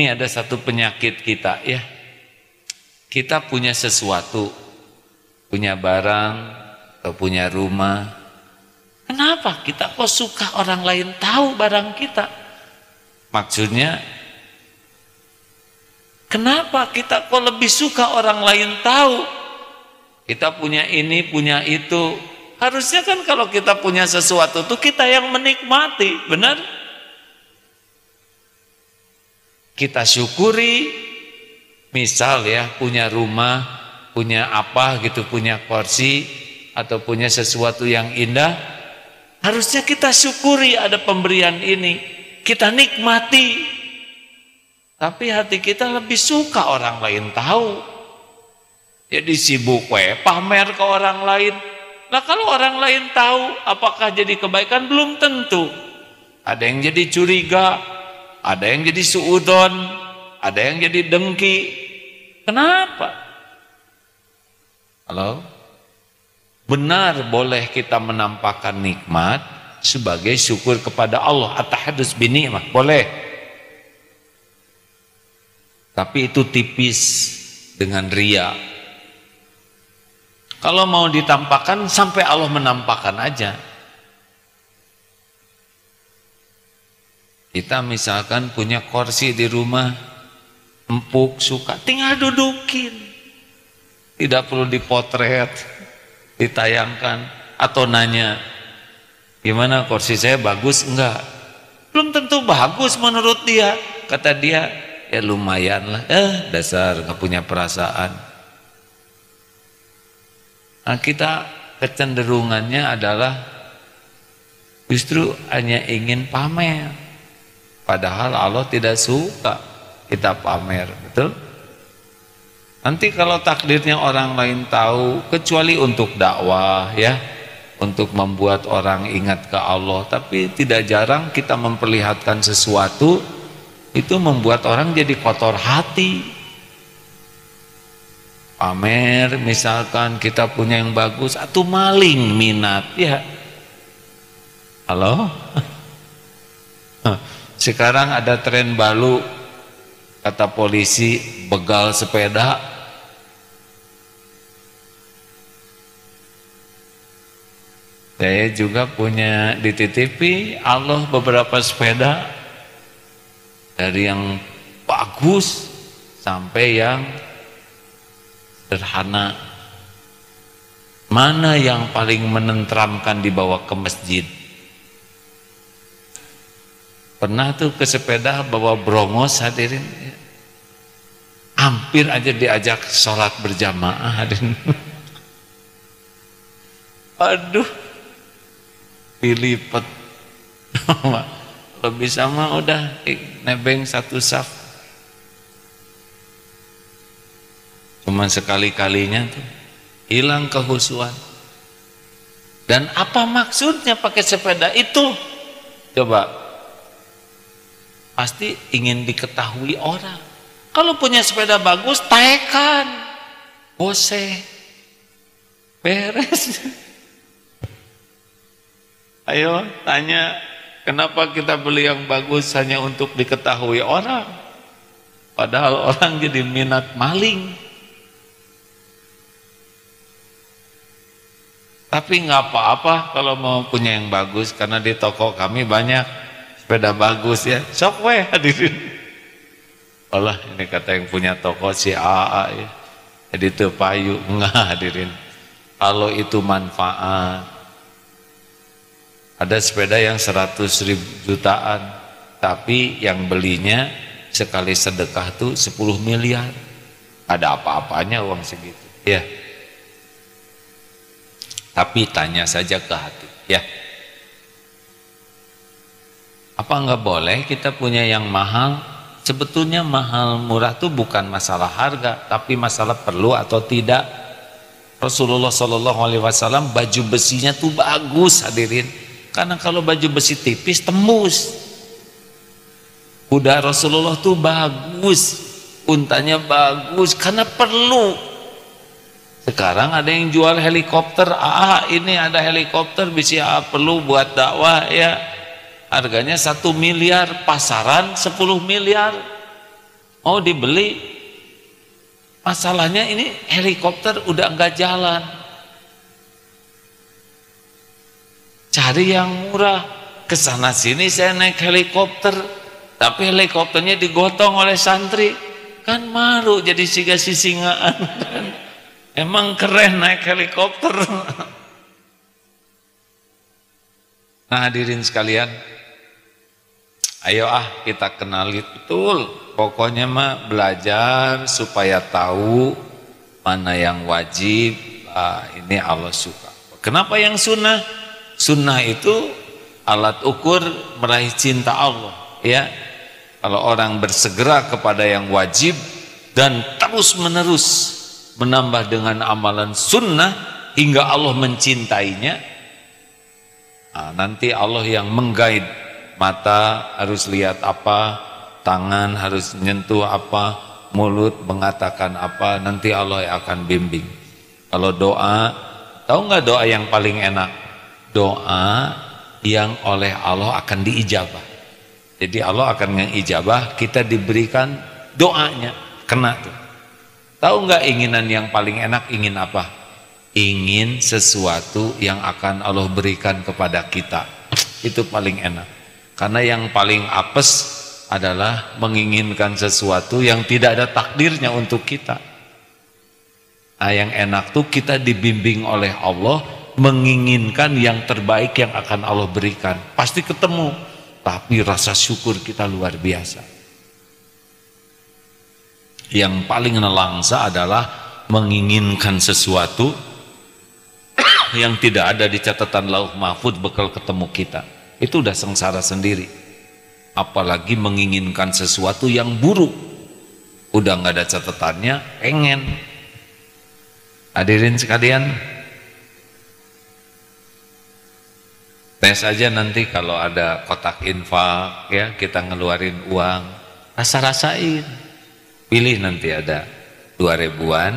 Ini ada satu penyakit kita ya. Kita punya sesuatu, punya barang atau punya rumah. Kenapa kita kok suka orang lain tahu barang kita? Maksudnya, kenapa kita kok lebih suka orang lain tahu? Kita punya ini, punya itu. Harusnya kan kalau kita punya sesuatu tuh kita yang menikmati, benar? Kita syukuri, misal ya punya rumah, punya apa gitu, punya kursi atau punya sesuatu yang indah, harusnya kita syukuri ada pemberian ini, kita nikmati. Tapi hati kita lebih suka orang lain tahu. Jadi sibuk pamer ke orang lain. Nah kalau orang lain tahu, apakah jadi kebaikan? Belum tentu. Ada yang jadi curiga, ada yang jadi suudon, ada yang jadi dengki. Kenapa? Halo? Benar boleh kita menampakkan nikmat sebagai syukur kepada Allah. At-tahadus binikmah, boleh. Tapi itu tipis dengan riya. Kalau mau ditampakkan sampai Allah menampakkan aja. Kita misalkan punya kursi di rumah, empuk, suka, tinggal dudukin. Tidak perlu dipotret, ditayangkan, atau nanya, gimana kursi saya bagus? Enggak. Belum tentu bagus menurut dia. Kata dia, ya lumayan lah. Dasar gak punya perasaan. Nah, kita kecenderungannya adalah justru hanya ingin pamer. Padahal Allah tidak suka kita pamer, betul? Nanti kalau takdirnya orang lain tahu, kecuali untuk dakwah ya, untuk membuat orang ingat ke Allah. Tapi tidak jarang kita memperlihatkan sesuatu, itu membuat orang jadi kotor hati. Pamer, misalkan kita punya yang bagus, atau maling minat ya. Halo? Sekarang ada tren baru, kata polisi, begal sepeda. Saya juga punya dititipi Allah beberapa sepeda, dari yang bagus sampai yang sederhana. Mana yang paling menenteramkan dibawa ke masjid? Pernah tuh ke sepeda bawa brongos, hadirin, hampir aja diajak sholat berjamaah, hadirin. Aduh, dilipet. Kalau bisa mah udah nebeng satu saf. Cuman sekali-kalinya tuh hilang kehusuan. Dan apa maksudnya pakai sepeda itu? Coba, pasti ingin diketahui orang. Kalau punya sepeda bagus, taekan, bose, beres. Ayo tanya, kenapa kita beli yang bagus hanya untuk diketahui orang? Padahal orang jadi minat maling. Tapi nggak apa-apa kalau mau punya yang bagus, karena di toko kami banyak sepeda bagus ya. Sok weh hadirin. Allah, ini kata yang punya toko si AA ya. Jadi itu payu, enggak hadirin. Kalau itu manfaat. Ada sepeda yang 100.000 jutaan, tapi yang belinya sekali sedekah tuh 10 miliar. Ada apa-apanya uang segitu ya. Tapi tanya saja ke hati ya. Apa enggak boleh kita punya yang mahal? Sebetulnya mahal murah itu bukan masalah harga, tapi masalah perlu atau tidak. Rasulullah SAW baju besinya tuh bagus hadirin. Karena kalau baju besi tipis tembus. Kuda Rasulullah tuh bagus, untanya bagus, karena perlu. Sekarang ada yang jual helikopter, ini ada helikopter bisa perlu buat dakwah ya. Harganya 1 miliar, pasaran 10 miliar. mau dibeli. Masalahnya ini helikopter udah enggak jalan. Cari yang murah. Kesana sini saya naik helikopter, tapi helikopternya digotong oleh santri. Kan malu jadi singaan kan. Emang keren naik helikopter. Nah hadirin sekalian, ayo kita kenali betul. Pokoknya mah belajar supaya tahu mana yang wajib. Ini Allah suka. Kenapa yang sunnah? Sunnah itu alat ukur meraih cinta Allah. Ya, kalau orang bersegera kepada yang wajib dan terus menerus menambah dengan amalan sunnah hingga Allah mencintainya, nanti Allah yang mengguide. Mata harus lihat apa, tangan harus menyentuh apa, mulut mengatakan apa, nanti Allah yang akan bimbing. Kalau doa, tahu nggak doa yang paling enak? Doa yang oleh Allah akan diijabah. Jadi Allah akan mengijabah, kita diberikan doanya, kena tuh. Tahu nggak inginan yang paling enak ingin apa? Ingin sesuatu yang akan Allah berikan kepada kita. Itu paling enak. Karena yang paling apes adalah menginginkan sesuatu yang tidak ada takdirnya untuk kita. Nah, yang enak tuh kita dibimbing oleh Allah menginginkan yang terbaik yang akan Allah berikan. Pasti ketemu, tapi rasa syukur kita luar biasa. Yang paling nelangsa adalah menginginkan sesuatu yang tidak ada di catatan lauh mahfuz bekal ketemu kita. Itu udah sengsara sendiri. Apalagi menginginkan sesuatu yang buruk, udah nggak ada catatannya, pengen. Hadirin sekalian, tes aja nanti kalau ada kotak infak, ya kita ngeluarin uang, rasa-rasain. Pilih nanti ada 2.000-an,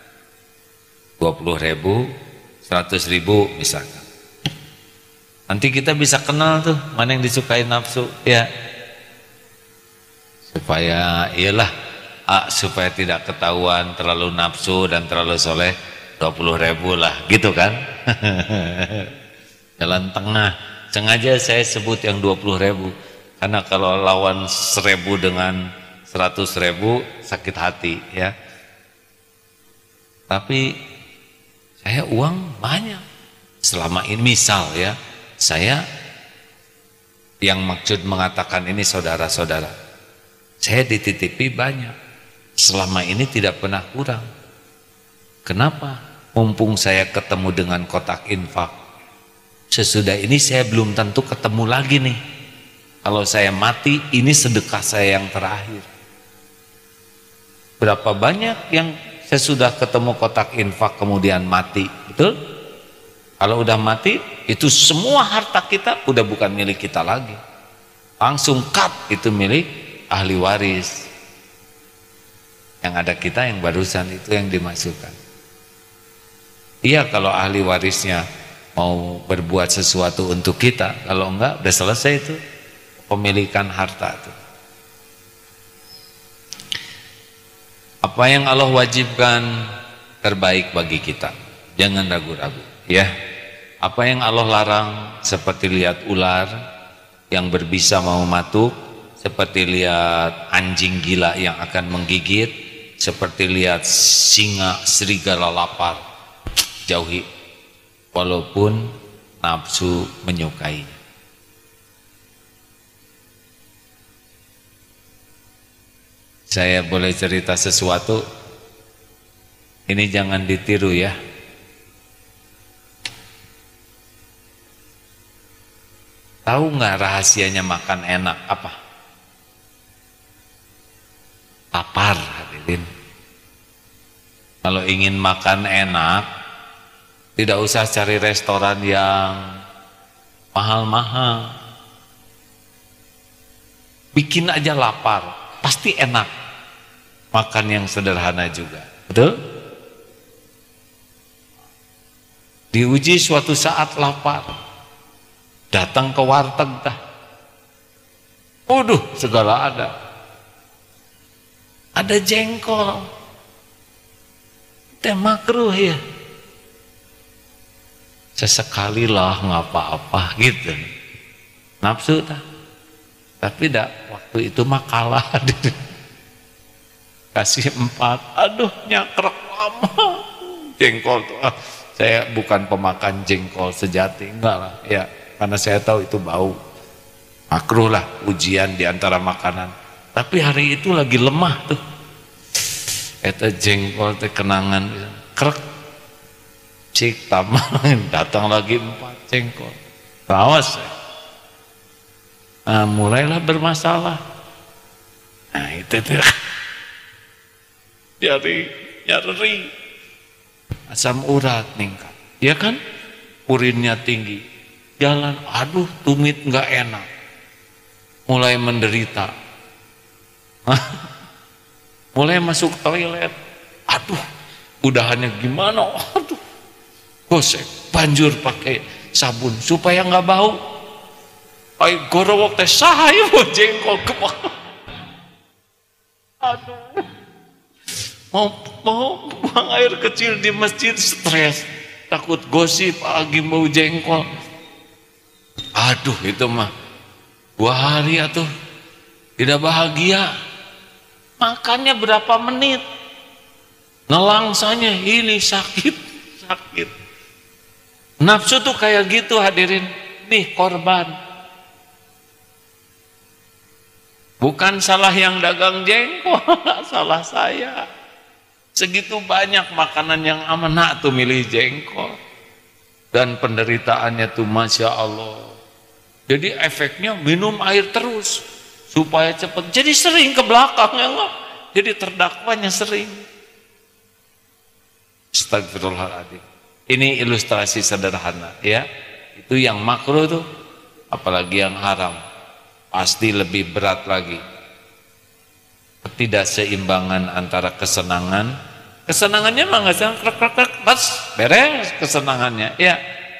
20.000, 100.000 misalkan. Nanti kita bisa kenal tuh mana yang disukai nafsu, ya. Supaya iyalah, supaya tidak ketahuan terlalu nafsu dan terlalu soleh, 20.000 lah, gitu kan. Jalan tengah. Sengaja saya sebut yang 20.000 karena kalau lawan 1.000 dengan 100.000 sakit hati, ya. Tapi saya uang banyak. Selama ini misal ya, saya yang maksud mengatakan ini saudara-saudara, saya dititipi banyak. Selama ini tidak pernah kurang. Kenapa? Mumpung saya ketemu dengan kotak infak, sesudah ini saya belum tentu ketemu lagi nih. Kalau saya mati, ini sedekah saya yang terakhir. Berapa banyak yang sesudah ketemu kotak infak kemudian mati, betul? Kalau udah mati, itu semua harta kita udah bukan milik kita lagi. Langsung cut, itu milik ahli waris. Yang ada kita yang barusan itu yang dimasukkan. Iya, kalau ahli warisnya mau berbuat sesuatu untuk kita, kalau enggak udah selesai itu pemilikan harta itu. Apa yang Allah wajibkan terbaik bagi kita, jangan ragu-ragu, ya. Apa yang Allah larang, seperti lihat ular yang berbisa mau matuk, seperti lihat anjing gila yang akan menggigit, seperti lihat singa serigala lapar, jauhi, walaupun nafsu menyukainya. Saya boleh cerita sesuatu, ini jangan ditiru ya. Tahu nggak rahasianya makan enak apa? Lapar, hadirin. Kalau ingin makan enak, tidak usah cari restoran yang mahal-mahal. Bikin aja lapar, pasti enak. Makan yang sederhana juga, betul? Diuji suatu saat lapar, datang ke warteg dah. Waduh, segala ada. ada jengkol, teh makruh ya. Sesekali lah nggak apa-apa gitu, nafsu tak. Tapi dah waktu itu mah kalah. Kasih 4, aduh nyakrek lama jengkol tuh. Saya bukan pemakan jengkol sejati, enggak lah ya, karena saya tahu itu bau. Makruh lah ujian diantara makanan. Tapi hari itu lagi lemah tuh, eta jengkol teh kenangan, krek cik tamang datang lagi 4 jengkol, awas saya. Nah, mulailah bermasalah. Nah itu tuh nyari asam urat meningkat, ya kan, urinnya tinggi, jalan aduh tumit nggak enak, mulai menderita. Mulai masuk toilet, aduh udahannya gimana, aduh gosek, banjur pakai sabun supaya nggak bau. Ayo gorowok teh sahaya mau jengkol kemana, aduh mau buang air kecil di masjid stres, takut gosip lagi mau jengkol. Aduh itu mah 2 hari atuh tidak bahagia. Makannya berapa menit ngelangsanya ini sakit. Nafsu tuh kayak gitu hadirin. Nih korban, bukan salah yang dagang jengkol, salah saya. Segitu banyak makanan yang amanah tuh milih jengkol, dan penderitaannya tuh Masya Allah. Jadi efeknya minum air terus supaya cepat, jadi sering ke belakang ya enggak? Jadi terdakwanya sering. Astagfirullahaladzim. Ini ilustrasi sederhana ya. Itu yang makruh tuh, apalagi yang haram pasti lebih berat lagi. Ketidakseimbangan antara kesenangannya mah nggak usah krek pas beres kesenangannya ya,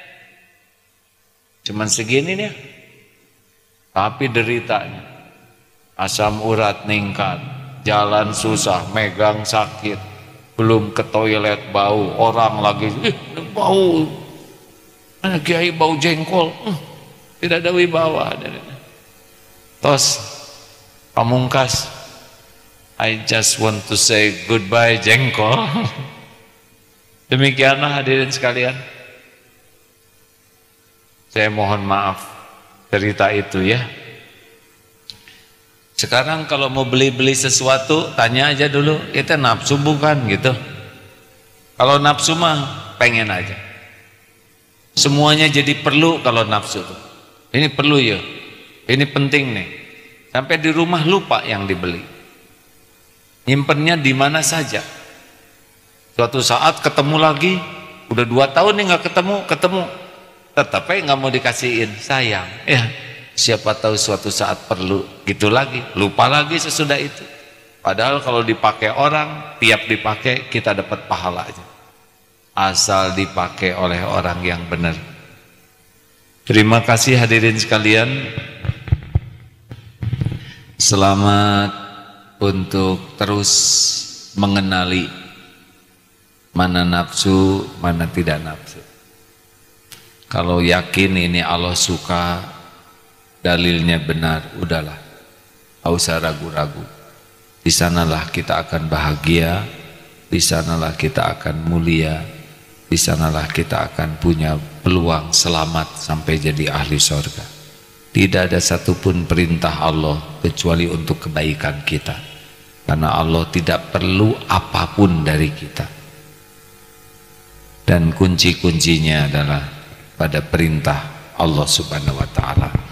cuman segini nih, tapi deritanya asam urat meningkat, jalan susah, megang sakit, belum ke toilet bau, orang lagi bau, kiai bau jengkol, tidak ada wibawa. Tos pamungkas, I just want to say goodbye jengkol. Demikianlah hadirin sekalian, saya mohon maaf cerita itu ya. Sekarang kalau mau beli sesuatu, tanya aja dulu, itu nafsu bukan gitu. Kalau nafsu mah pengen aja, semuanya jadi perlu. Kalau nafsu tuh, ini perlu ya, ini penting nih, sampai di rumah lupa yang dibeli, nyimpennya di mana saja. Suatu saat ketemu lagi, udah 2 tahun nih nggak ketemu, tetap aja nggak mau dikasihin, sayang ya. Siapa tahu suatu saat perlu, gitu lagi, lupa lagi sesudah itu. Padahal kalau dipakai orang, tiap dipakai kita dapat pahala aja, asal dipakai oleh orang yang benar. Terima kasih hadirin sekalian. Selamat untuk terus mengenali mana nafsu, mana tidak nafsu. Kalau yakin ini Allah suka, dalilnya benar, udahlah, gak usah ragu-ragu. Di sanalah kita akan bahagia, di sanalah kita akan mulia, di sanalah kita akan punya peluang selamat sampai jadi ahli surga. Tidak ada satupun perintah Allah kecuali untuk kebaikan kita, karena Allah tidak perlu apapun dari kita. Dan kunci-kuncinya adalah pada perintah Allah Subhanahu wa ta'ala.